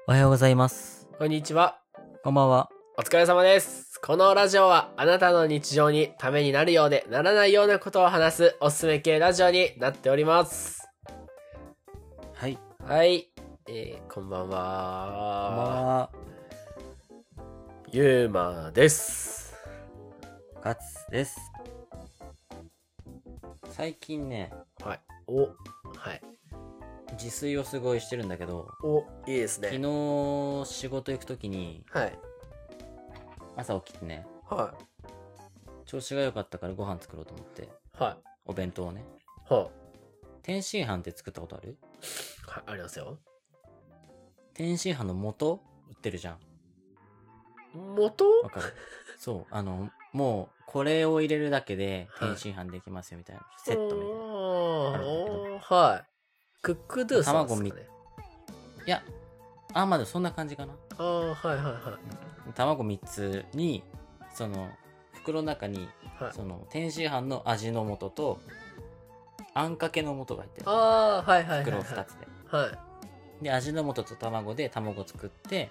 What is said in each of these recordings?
おはようございます。 こんにちは。 こんばんは。 お疲れ様です。このラジオはあなたの日常にためになるようでならないようなことを話すおすすめ系ラジオになっております。 はい。 はい。こんばんこんばんは。 は。 ゆうまです。 ガツです。最近ね、 はい。はい。 自炊をすごいしてるんだけど、 いいですね。 昨日仕事行くときにはい。 朝起きてね、 は調子が良かったからご飯作ろうと思って、 い。はお弁当をね。 い。は天津飯って作ったことある？ い。はい。ありますよ。 天津飯の素売ってるじゃん。 元？ わかる？そう。もうこれを入れるだけではい天津飯できますよみたいな、セットみたいな。あるんだけどはい。クックドゥさんですかね。 いや、まだそんな感じかな。 はいはいはい。 卵3つにその袋の中に、 はい。 その天津飯の味の素とあんかけの素が入ってる。 はいはいはい。 袋2つで。 はい。 で、味の素と卵で卵作って、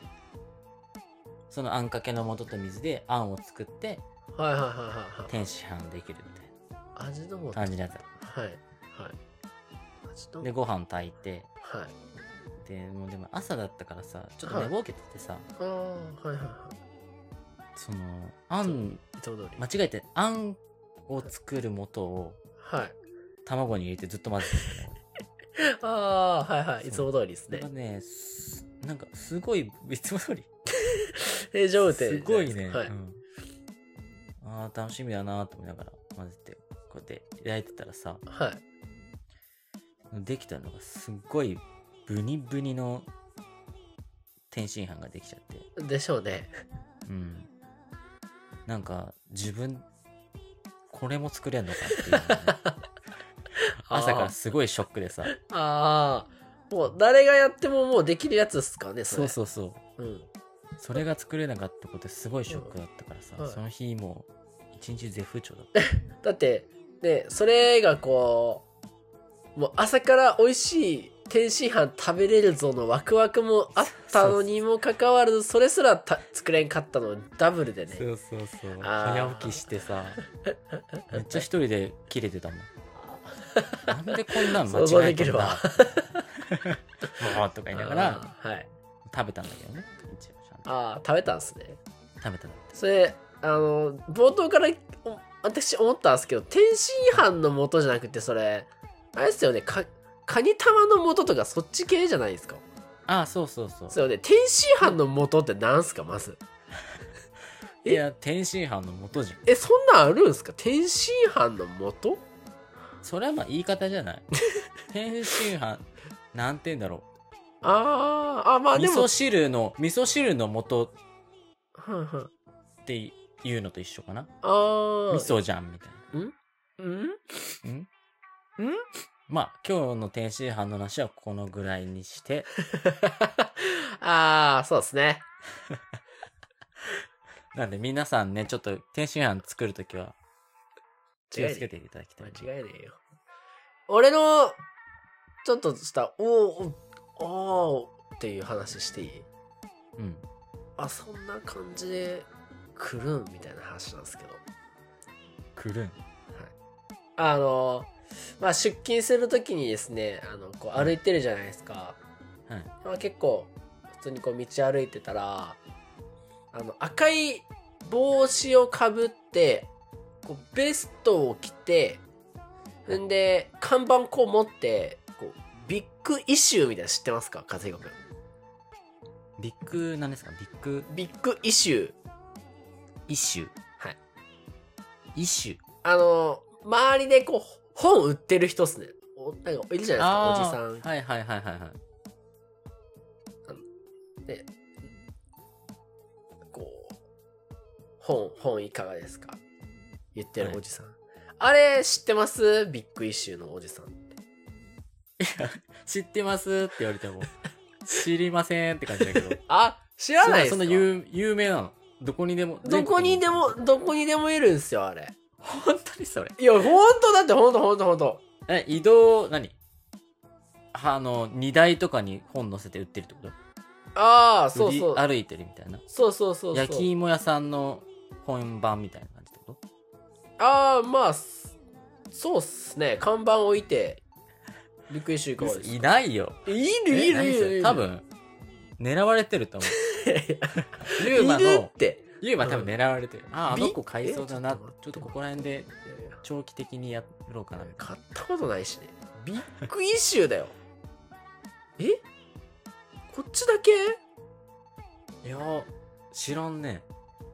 そのあんかけの素と水であんを作ってはいはいはいはい。 天津飯できるみたい味の素。 な感じのやつだ。 はいはい。味ので、ご飯炊いて、 はい。 でも朝だったからさ、ちょっと寝ぼけててさ、 はいはいはい。 そのあん、 いつも通り。 間違えてあんを作る素をはい。 卵に入れてずっと混ぜてたの。 はいはい。いつも通りですねそれが。ね、なんかすごい、いつも通り。 平常運転すごいね。 はい。 楽しみだなと思いながら混ぜて、こうやって焼いてたらさ、 はい。 できたのがすっごいブニブニの天津飯ができちゃって。 でしょうね。 なんか自分、これも作れんのかっていうのがね、朝からすごいショックでさ。 もう誰がやってももうできるやつっすかね、それ。 そうそう。 うん。 それが作れなかったことですごいショックだったからさ、 はいその日もう一日絶不調だった。 だって、ね、それがこう、もう朝から美味しい天津飯食べれるぞのワクワクもあったのにもかかわらず、それすら作れんかったのダブルでね。 そう。早起きしてさ、めっちゃ一人で切れてたもん。なんでこんなん間想像違えてんだ。 できるわ。 もうとか言いながらはい。 食べたんだけどね。一応ちゃんと食べたんですね。 食べたの。 それ、冒頭から私思ったんですけど、天津飯の素じゃなくて、それ、あれですよね、カニ玉の素とかそっち系じゃないですか。 そう。 そうよね、天津飯の素ってなんすか、まず。 いや、天津飯の素じゃん。 そんなんあるんすか、天津飯の素？ それはまあ言い方じゃない。天津飯、なんて言うんだろう。 まあでも。 味噌汁の素はいはい。 っていうのと一緒かな。味味噌じゃんみたいんな。まあ今日の天津飯の話はこのぐらいにして。 そうですね。 なんで皆さんね、ちょっと天津飯作るときは気をつけていただきたい。 間違いねえよ。俺のちょっとしたおーっていう話していい？そんな感じで来るんみたいな話なんですけど。 来るん。 はい。出勤するときにですね、こう歩いてるじゃないですか。 はい。 結構普通にこう道歩いてたら、赤い帽子をかぶってこうベストを着て、んで看板こう持ってこうビッグイシューみたいなの知ってますか、和彦君？ ビッグなんですか？ ビッグイシュー。 イシュー。 はい。 イシュー。周りでこう本売ってる人っすね。なんかいるじゃないですか、おじさん。 はい。 で、こう本いかがですか言ってるおじさん。あれ知ってます？ビッグイシューのおじさんって。 いや、知ってますって言われても知りませんって感じだけど。 知らないですか？ そんな有名なの？どこにでもいるんすよ、あれ。 本当にそれ？ いや、本当だって、本当。 移動、荷台とかに本載せて売ってるってこと？ ああ、そうそう。 歩いてるみたいな。 そうそうそうそう。 焼き芋屋さんの本番みたいな感じってこと？ ああ、まあ、そうっすね。看板置いて、びっくり集いかがですか？ いないよ。 いるいるいるいる。 多分、狙われてると思う。ユーマいるのっ、て。 ユーマ多分狙われてる。あの子買いそうだな。 ちちょっとここら辺で長期的にやろうかな。 買ったことないしね。ビッグイシューだよ。えこっちだけ？ いや、知らんね。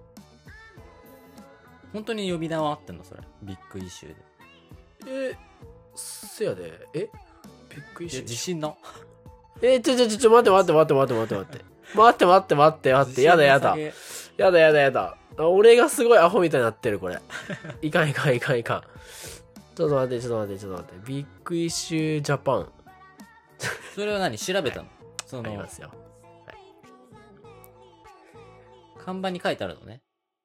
本当に呼び名はあってんのそれ。ビッグイシューで。 せやで。ビッグイシュー。 自信の。 待って。待って。やだ。やだ。俺がすごいアホみたいになってる、これ。いかん。ちょっと待って。ビッグイシュージャパン。 それは何調べたの？そのありますよ。 看板に書いてあるのね。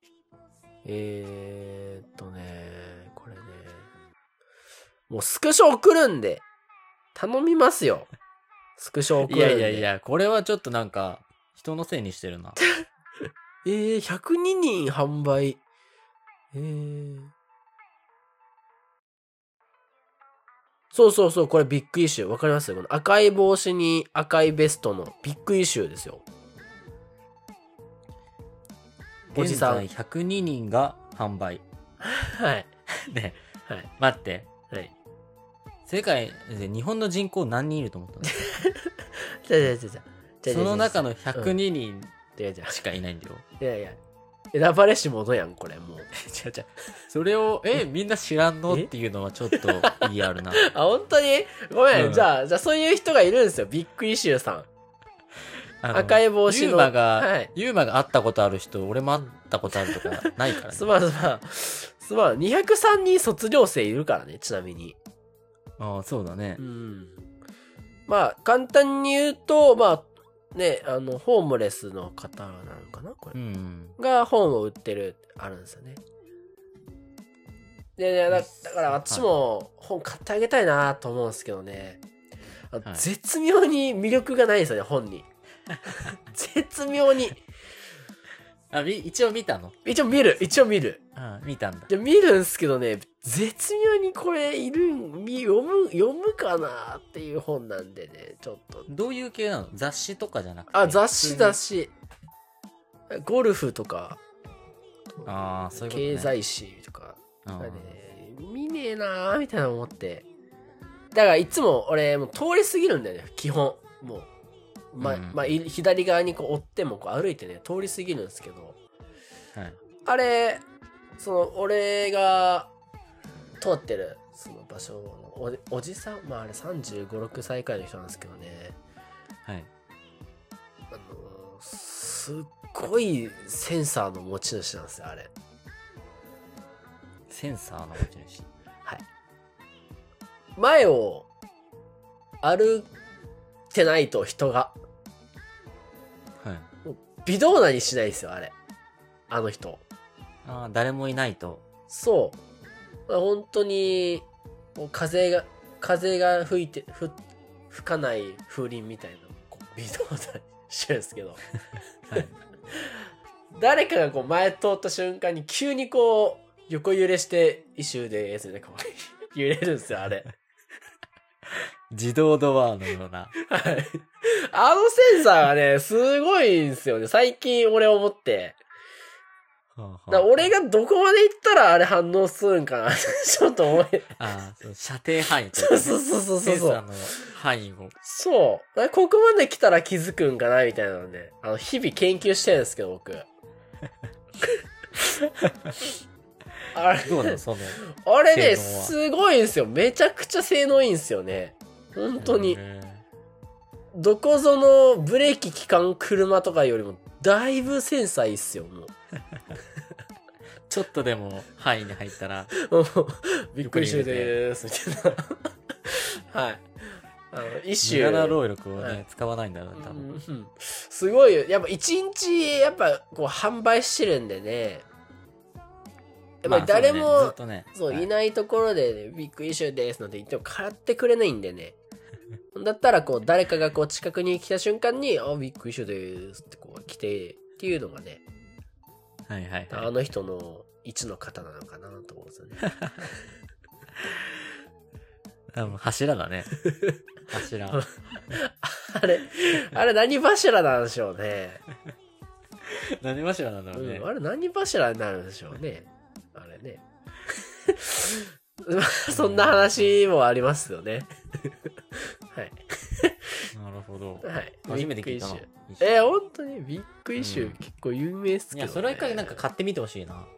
これね。もうスクショ送るんで。頼みますよ。スクショ送るんで。 いや、これはちょっとなんか、人のせいにしてるな。 102人販売。そう、これビッグイシュー。わかりますよ。この赤い帽子に赤いベストのビッグイシューですよ。おじさん。 現在102人が販売。 はい。 ね、 はい。 待って。 はい。 世界で日本の人口何人いると思ったの？その中の102人しかいないんだよ。 いや。選ばれし者やん、これもう。 それを、みんな知らんのっていうのはちょっと意義あるな。 あ、本当にごめん、じゃあそういう人がいるんですよ。ビッグイシューさん。赤い帽子の。 ユーマが会ったことある人、俺も会ったことあるとかないからね。 すまん。203人卒業生いるからね、ちなみに。 ああ、そうだね。 まあ、簡単に言うと、まあ、ね、ホームレスの方なのかなこれ。が本を売ってる、あるんですよね。で、だからあっちも本買ってあげたいなと思うんですけどね。絶妙に魅力がないんですよね、本に。絶妙に。 一応見たの？ 一応見る。 見たんだ。 で、見るんすけどね、絶妙にこれ読むかなっていう本なんでね、ちょっと。 どういう系なの？雑誌とかじゃなくて。 雑誌。ゴルフとか。 そういうことね。 経済誌とか。見ねえなーみたいな思って。だからいつも俺、もう通り過ぎるんだよね、基本。もう。左側にこう追ってもこう歩いてね、通り過ぎるんですけど。あれ、俺が通ってるその場所のおじさん、あれ35、6歳くらいの人なんですけどね。すっごいセンサーの持ち主なんですよ、あれ。 センサーの持ち主。 はい。前を歩ってないと人が。微動だにしないですよ、あれ。あの人。 誰もいないと。 そう。本当に、もう風が吹かない風鈴みたいな、微動だにしてるんですけど。誰かがこう前通った瞬間に急にこう、横揺れして一周でこう揺れるんですよ、あれ。 自動ドアのような。 はい。あのセンサーがね、すごいんですよね。最近俺思って。俺がどこまで行ったらあれ反応するんかなちょっと思え。 射程範囲。 そう。 センサーの範囲を。 そう。ここまで来たら気づくんかなみたいなので、日々研究してるんですけど、僕。あれ、 どうなのあれね、すごいんですよ。めちゃくちゃ性能いいんですよね。本当に。どこぞのブレーキ効かん車とかよりも、だいぶセンサーいいっすよ、もう。 ちょっとでも範囲に入ったら。 びっくりしてでーす、みたいな。はい。一種。 無駄な労力をね、使わないんだな、多分。 すごいよ。やっぱ一日、やっぱこう販売してるんでね。やっぱり誰も、いないところでね、ビッグイシューですなんて言っても買ってくれないんでね。 だったらこう誰かがこう近くに来た瞬間に、あ、ビッグイシューですってこう来てっていうのがね、 はいはいはい。 あの人の一の方なのかなと思うんですよね。 柱だね。柱。 あれ何柱なんでしょうね。 何柱なんだろうね。 あれ何柱になるんでしょうね。あれね。そんな話もありますよね。はい。 なるほど。 はい。 初めて聞いたな。 本当にビッグイシュー結構有名っすけどね。 いや、それ一回なんか買ってみてほしいな。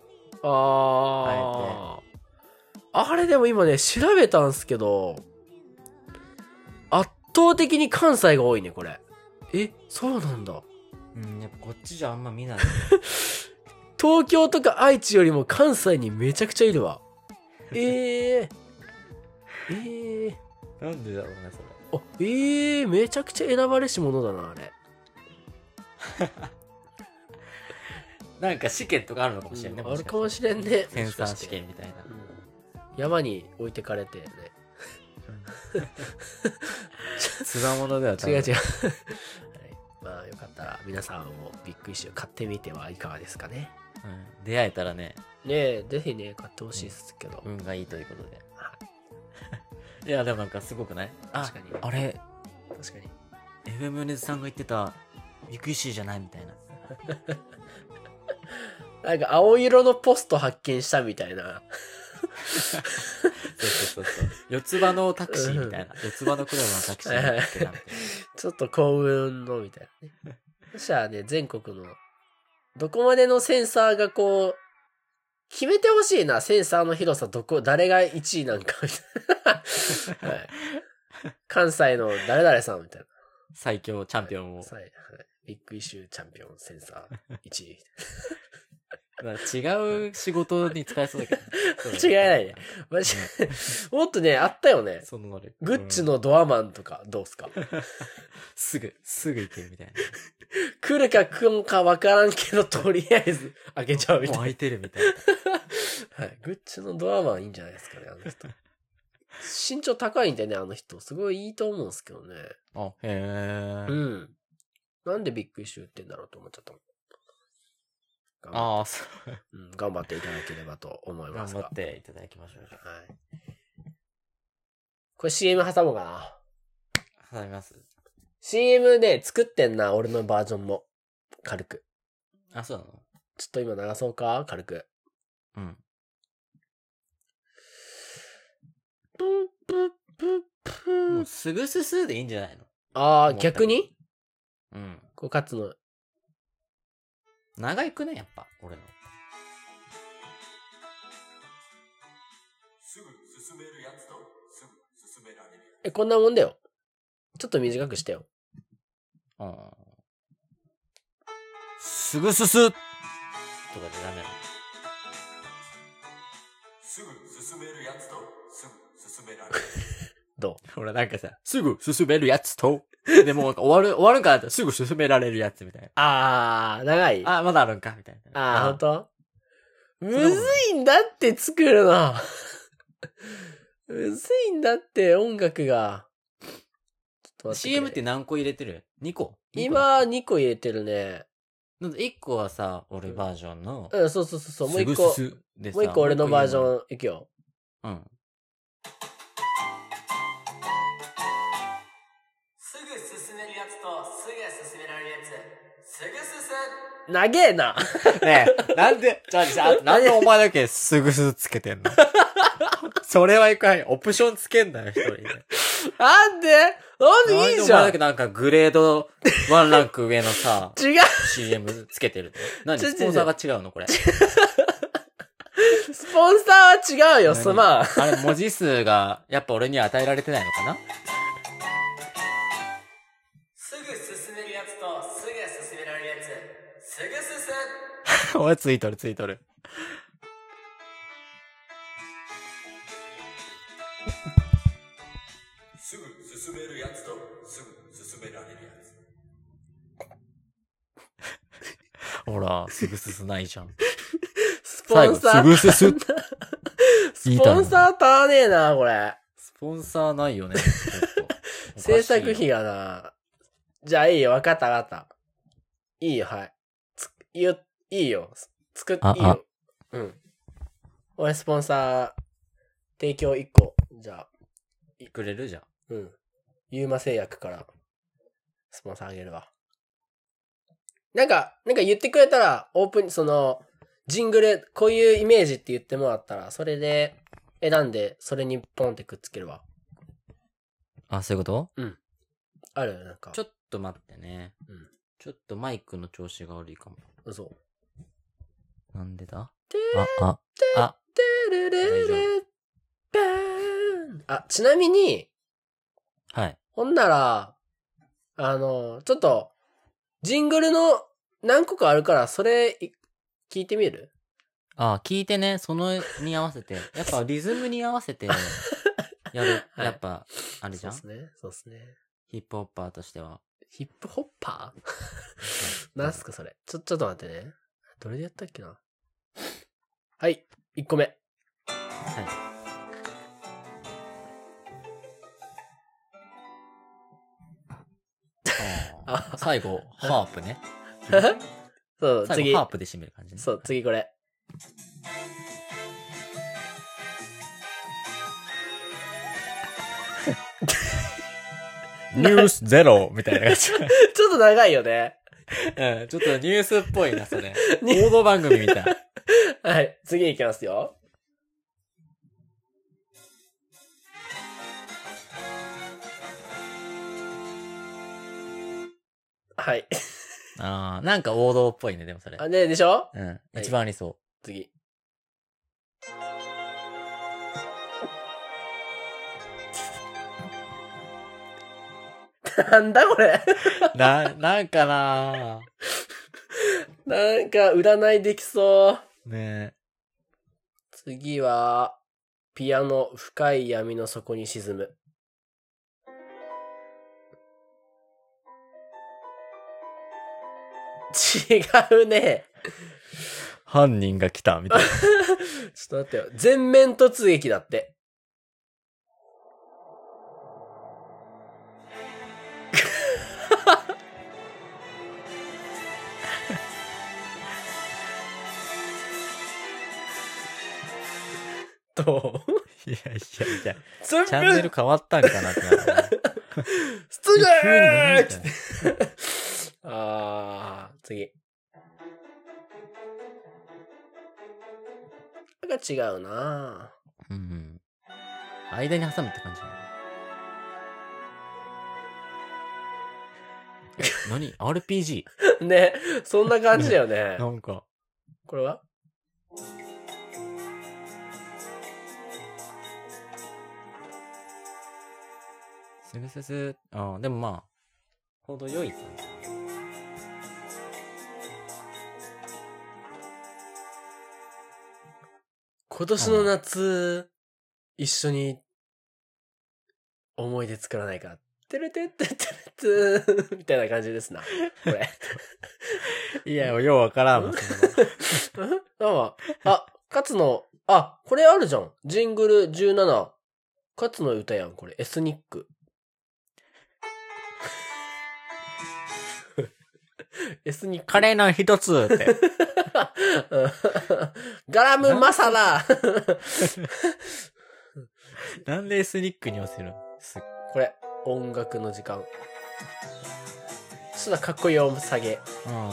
あれでも今ね、調べたんすけど、圧倒的に関西が多いね、これ。そうなんだ。 やっぱこっちじゃあんま見ない。 東京とか愛知よりも関西にめちゃくちゃいるわ。 なんでだろうね、それ。 めちゃくちゃ選ばれし者だな、あれ。 なんか試験とかあるのかもしれんね。 あるかもしれんね。 センサー試験みたいな。 山に置いてかれてね。 つわものでは違う。はい、まあよかったら皆さんもビッグイシュー買ってみてはいかがですかね。 出会えたらね。 ぜひね、買ってほしいですけど。 運がいいということで。いや、でもなんかすごくない？ 確かに。 あれ、 確かに。 FM 米津さんが言ってたビッグイシューじゃないみたいな。 なんか青色のポスト発見したみたいな。 そう。四つ葉のタクシーみたいな。四つ葉のクラブのタクシーみたいな。 ちょっと幸運のみたいなね。そしたらね、全国のどこまでのセンサーがこう、決めてほしいな、センサーの広さ誰が1位なんかみたいな。はい、関西の誰々さんみたいな。 最強チャンピオンを。 ビッグイシューチャンピオンセンサー1位。 違う仕事に使えそうだけど、ね。 違いないね。もっとね、あったよね。 その能力。 グッチのドアマンとか、どうすか？ すぐ行けるみたいな。 来るか来んかわからんけど、とりあえず開けちゃうみたいな。 もう開いてるみたいな。 はい。グッチのドアマンいいんじゃないですかね、あの人。身長高いんでね、あの人。すごいいいと思うんですけどね。 へー。なんでビッグイシューってんだろうと思っちゃったもん。 そう。 頑張っていただければと思いますが。 頑張っていただきましょう。 はい。これ CM 挟もうかな。 挟みます。 CM ね、作ってんな、俺のバージョンも。軽く。 そうなの？ ちょっと今流そうか軽く。 うん。もうすぐすすでいいんじゃないの？ 逆に？こう勝つの。 長いくね、やっぱ、俺の。 すぐ進めるやつと、すぐ進められるやつ。こんなもんだよ。ちょっと短くしてよ。 すぐすすとかでダメなの？ すぐ進めるやつと、すぐ進められる。どう？ 俺なんかさ、すぐ進めるやつと、でも終わるんかなってすぐ進められるやつみたいな。 長い？ まだあるんかみたいな。 ほんと？むずいんだって作るの。むずいんだって音楽が。 CM って何個入れてる？ 2 個？ 今2個入れてるね。 1個はさ、俺バージョンの。 そう。もう1個。もう1個俺のバージョンいくよ。すぐ進めるやつと、すぐ進められるやつ。すぐ進ん。長えな。 ねえ、なんで、なんでお前だけすぐすつけてんの？それはいかんよ。オプションつけんだよ、一人で。 なんでいいじゃん。 お前だけなんかグレード1ランク上のさ、 違う CM つけてる。何スポンサーが違うのこれ。 スポンサーは違うよ、すまん。 あれ、文字数が、やっぱ俺には与えられてないのかな？ すぐ進めるやつと、すぐ進められるやつ。すぐ進おい、ついとる。 すぐ進めるやつと、すぐ進められるやつ。 ほら、すぐ進ないじゃん。 スポンサー。 すぐ進。 スポンサー足らねえな、これ。 スポンサーないよね。 ス制作費がな、じゃあいいよ、わかったわかった。いいよ、はい。いいよ。いいよ。うん。俺スポンサー、提供1個、じゃあ。 くれるじゃん。 うん。ユーマ製薬から、スポンサーあげるわ。なんか言ってくれたら、ジングル、こういうイメージって言ってもらったら、それで選んで、それにポンってくっつけるわ。 あ、そういうこと？ うん。あるなんか。 ちょっと待ってね。 うん。 ちょっとマイクの調子が悪いかも。 嘘。 なんでだ？ 大丈夫。ちなみに、 はい。 ほんなら、ちょっと、ジングルの何個かあるから、それ、聞いてみる？ 聞いてね、そのに合わせて。やっぱリズムに合わせてやる。 はいやっぱ、あれじゃん？ そうですね。 ヒップホッパーとしては。 ヒップホッパーなんすかそれ。ちょっと待ってね。どれでやったっけな。はい、1個目。 はい。最後、ハープね。 そう、次。 ハープで締める感じね。 そう、次これ。 ニュースゼロみたいな感じ。 ちょっと長いよね。 うん、ちょっとニュースっぽいな、それ。報道番組みたい。 はい、次いきますよ。はい。 なんか王道っぽいね、でもそれ。 ね、でしょ？ うん。一番ありそう。 次。なんだこれ。 なんかななんか占いできそう。 ねえ。 次は、ピアノ深い闇の底に沈む。違うね。 犯人が来た、みたいな。 ちょっと待ってよ。全面突撃だって。どう？ いや、チャャンネル変わったんかなってなる。 出撃急に次。が違うなうん。間に挟むって感じ。何 ?RPG? ね、そんな感じだよね。 なんか。 これはすぐすす。でもまあ、程よい感じ。 今年の夏、一緒に思い出作らないか。てるてってってってみたいな感じですな。これ。 いや、ようわからんわ、それは。 勝の、これあるじゃん。ジングル17。勝の歌やん、これ。エスニック。エスニック。 カレーの一つって。 ガラムマサラなんでエスニックに寄せるの？ これ、音楽の時間。ちょっとかっこいい音下げ。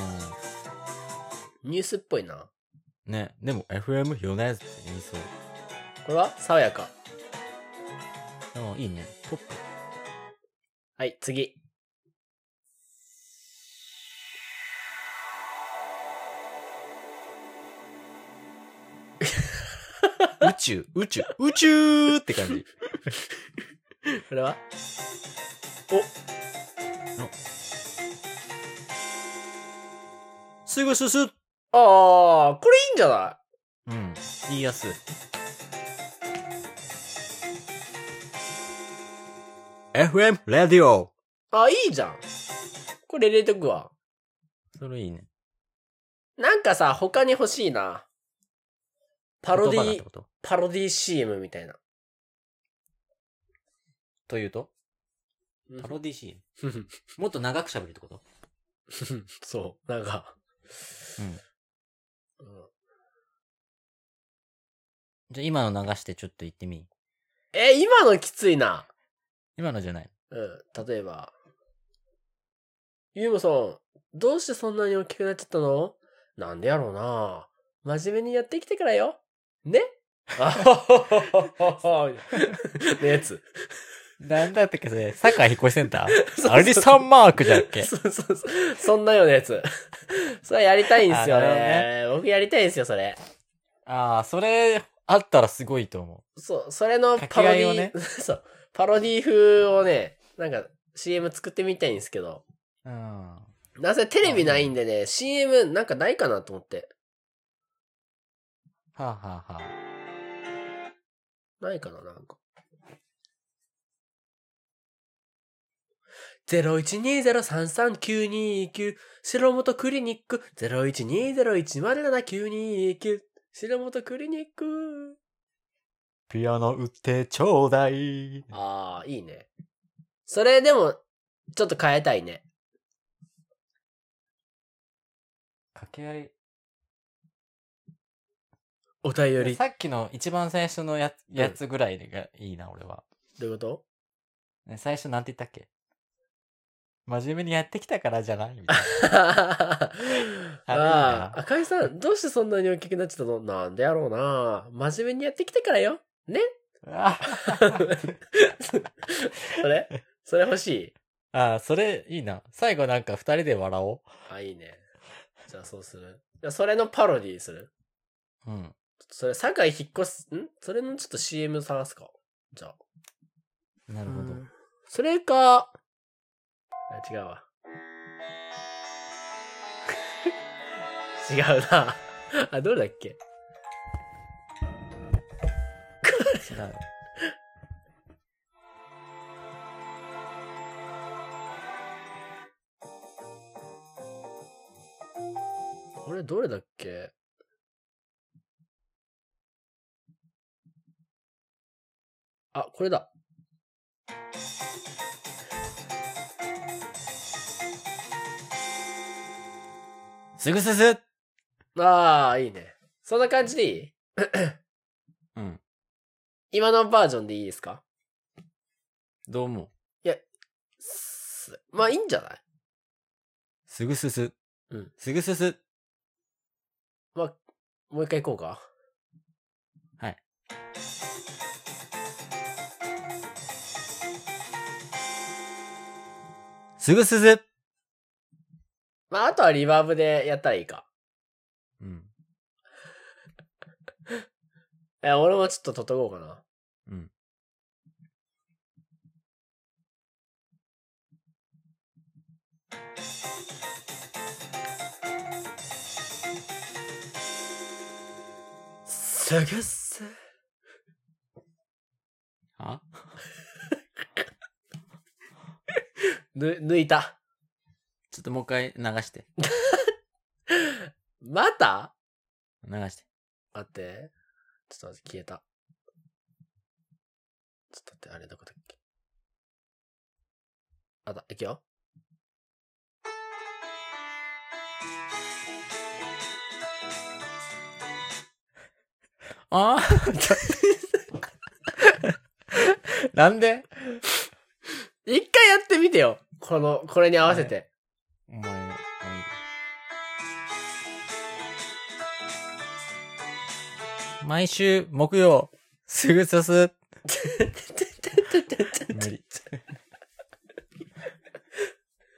ニュースっぽいな。 ね、でも FM よねって言いそう。 これは爽やか。 いいね。ポップ。 はい、次。 宇宙って感じ。 これはすぐすす。 これいいんじゃない？ うん。言いやすい。FM ラディオ。 いいじゃん。これ入れとくわ。 それいいね。 なんかさ、他に欲しいな。パロディ CM みたいな。 というとパロディ CM。もっと長く喋るってこと？ そう、なんか。 うん。じゃあ今の流してちょっと言ってみ。 今のきついな。 今のじゃない。 例えば。ゆうもさん、どうしてそんなに大きくなっちゃったの？なんでやろうな。真面目にやってきてからよ。ね？あはははは。のやつ。 なんだったっけそれ、堺引っ越しセンターアリサンマークじゃっけ？ そう。そんなようなやつ。それやりたいんすよね。僕やりたいんすよ、それ。 それ、あったらすごいと思う。 そう、それのパロディ、ね、そう、パロディ風をね、なんか CM 作ってみたいんですけど。なぜテレビないんでね、CM なんかないかなと思って。ないかな、なんか。0120339929白本クリニック0120107929白本クリニックピアノ売ってちょうだい。 いいね。それでも、ちょっと変えたいね。 掛け合い。 お便り。 さっきの一番最初のやつぐらいがいいな、俺は。 どういうこと？ 最初なんて言ったっけ？真面目にやってきたからじゃないみたいな。 赤井さん、どうしてそんなに大きくなっちゃったの？なんでやろうな。真面目にやってきてからよ。ねそれ欲しい。 それいいな。最後なんか二人で笑おう。いいね。じゃあそうする。それのパロディーする？ うん。 それ、堺引っ越す、それのちょっと CM 探すか。じゃあ。 なるほど。 それか、違うわ。違うな。どれだっけ？違う。これどれだっけ？これだ。 すぐすす。 いいね。そんな感じでいい？ うん。 今のバージョンでいいですか？ どう思う？ いや、まあいいんじゃない？ すぐすす。 うん。 すぐすす。 まあ、もう一回行こうか。 はい。すぐすす。 まあ、あとはリバーブでやったらいいか。 うん。 俺もちょっと取っとこうかな。 うん。 探す。抜いた。 ちょっともう一回流して。 また？ 流して。 待って。ちょっと待って、消えた。ちょっと待って、あれどこだっけ？いくよ。 なんで？ 一回やってみてよ。これに合わせて。 毎週木曜、すぐすす。無理。